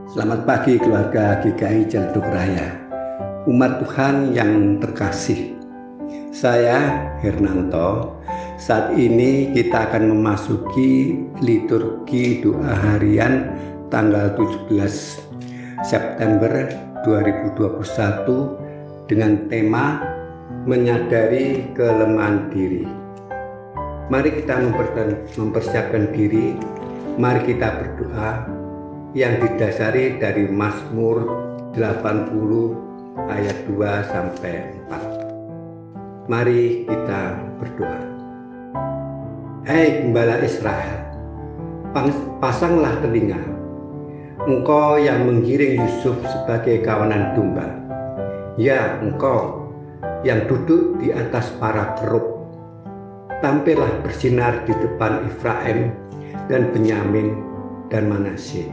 Selamat pagi keluarga GKI Ciledug Raya. Umat Tuhan yang terkasih, saya Hernanto. Saat ini kita akan memasuki liturgi doa harian tanggal 17 September 2021 dengan tema menyadari kelemahan diri. Mari kita mempersiapkan diri, mari kita berdoa yang didasari dari Mazmur 80 ayat 2 sampai 4. Mari kita berdoa. Hai Gembala Israel, pasanglah telinga, Engkau yang menggiring Yusuf sebagai kawanan domba. Ya, Engkau yang duduk di atas para kerub, tampillah bersinar di depan Efraim dan Benyamin dan Manasye.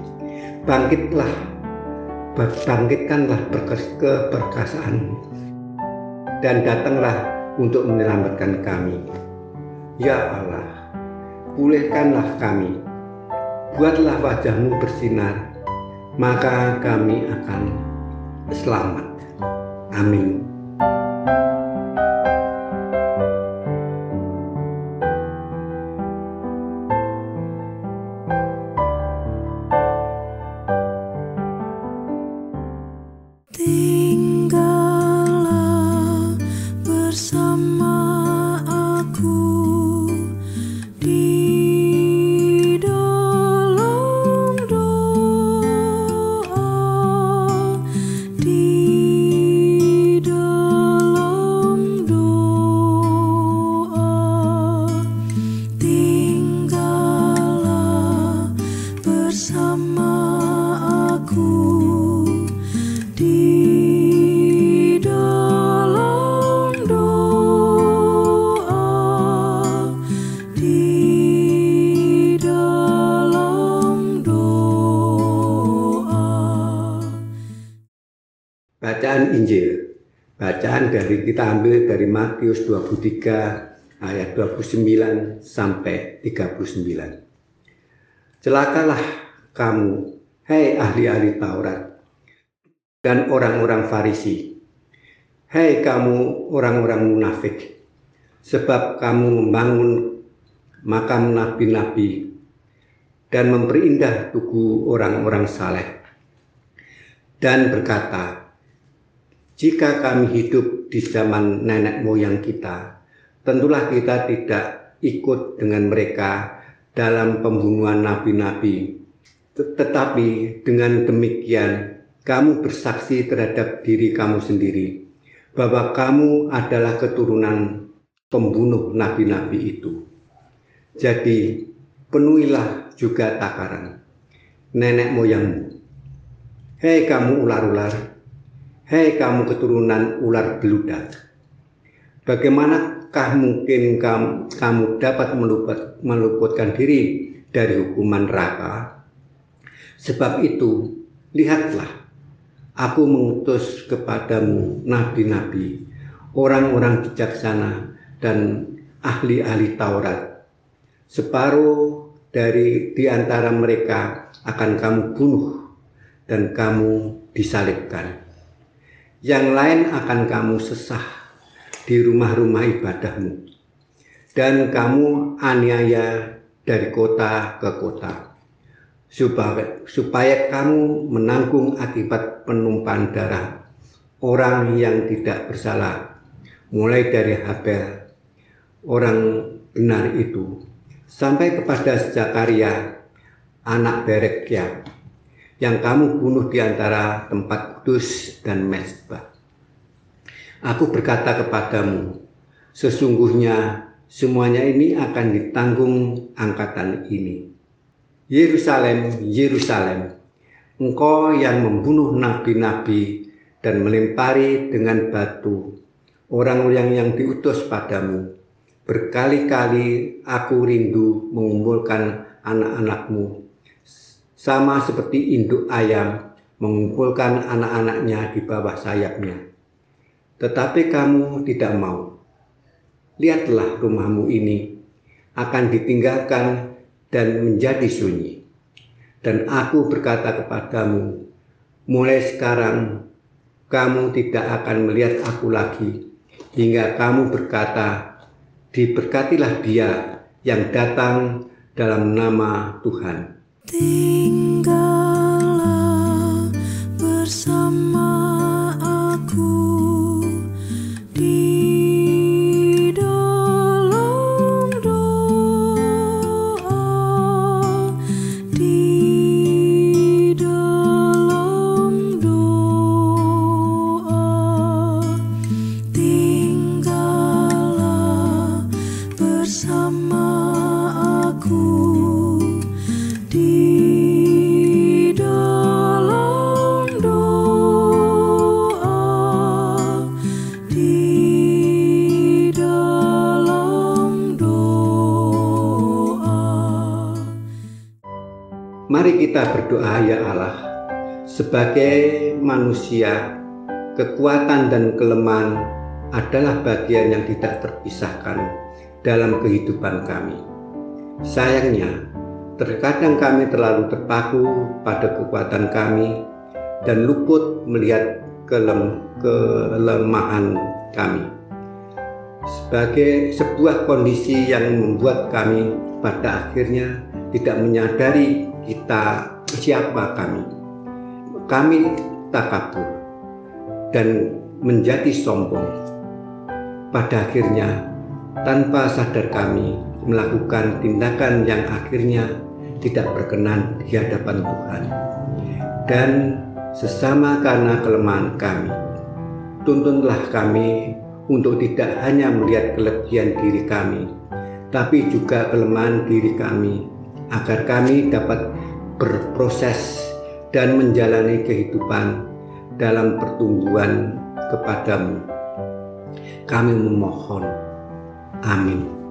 Bangkitkanlah keperkasaanmu dan datanglah untuk menyelamatkan kami. Ya Allah, pulihkanlah kami, buatlah wajahmu bersinar, maka kami akan selamat. Amin. Tinggallah bersama aku di dalam doa, di dalam doa. Tinggallah bersama aku di dalam doa, di dalam doa. Bacaan Injil. Bacaan kita ambil dari Matius 23 ayat 29 sampai 39. Celakalah kamu, hai ahli-ahli Taurat dan orang-orang Farisi, hai kamu orang-orang munafik, sebab kamu membangun makam nabi-nabi dan memperindah tugu orang-orang saleh, dan berkata, jika kami hidup di zaman nenek moyang kita, tentulah kita tidak ikut dengan mereka dalam pembunuhan nabi-nabi. Tetapi dengan demikian, kamu bersaksi terhadap diri kamu sendiri bahwa kamu adalah keturunan pembunuh nabi-nabi itu. Jadi penuhilah juga takaran nenek moyangmu. Hei kamu ular-ular, hei kamu keturunan ular beludak, bagaimanakah mungkin kamu dapat meluputkan diri dari hukuman neraka? Sebab itu, lihatlah, aku mengutus kepadamu nabi-nabi, orang-orang bijaksana dan ahli-ahli Taurat. Separuh di antara mereka akan kamu bunuh dan kamu disalibkan. Yang lain akan kamu sesah di rumah-rumah ibadahmu, dan kamu aniaya dari kota ke kota, supaya kamu menanggung akibat penumpahan darah orang yang tidak bersalah, mulai dari Habel, orang benar itu, sampai kepada Zakaria, anak Berekia, yang kamu bunuh di antara tempat kudus dan mezbah. Aku berkata kepadamu, sesungguhnya semuanya ini akan ditanggung angkatan ini. Yerusalem, Yerusalem, engkau yang membunuh nabi-nabi dan melempari dengan batu orang-orang yang diutus padamu. Berkali-kali aku rindu mengumpulkan anak-anakmu, sama seperti induk ayam mengumpulkan anak-anaknya di bawah sayapnya. Tetapi kamu tidak mau. Lihatlah rumahmu ini akan ditinggalkan dan menjadi sunyi. Dan aku berkata kepadamu, mulai sekarang kamu tidak akan melihat aku lagi, hingga kamu berkata, diberkatilah dia yang datang dalam nama Tuhan. Tinggallah bersama aku di dalam doa, di dalam doa. Tinggallah bersama aku di dalam doa, di dalam doa. Mari kita berdoa, ya Allah. Sebagai manusia, kekuatan dan kelemahan adalah bagian yang tidak terpisahkan dalam kehidupan kami. Sayangnya, terkadang kami terlalu terpaku pada kekuatan kami dan luput melihat kelemahan kami sebagai sebuah kondisi yang membuat kami pada akhirnya tidak menyadari siapa kami. Kami takabur dan menjadi sombong. Pada akhirnya, tanpa sadar kami melakukan tindakan yang akhirnya tidak berkenan di hadapan Tuhan. Dan sesama karena kelemahan kami, tuntunlah kami untuk tidak hanya melihat kelebihan diri kami, tapi juga kelemahan diri kami, agar kami dapat berproses dan menjalani kehidupan dalam pertumbuhan kepadamu. Kami memohon. Amin.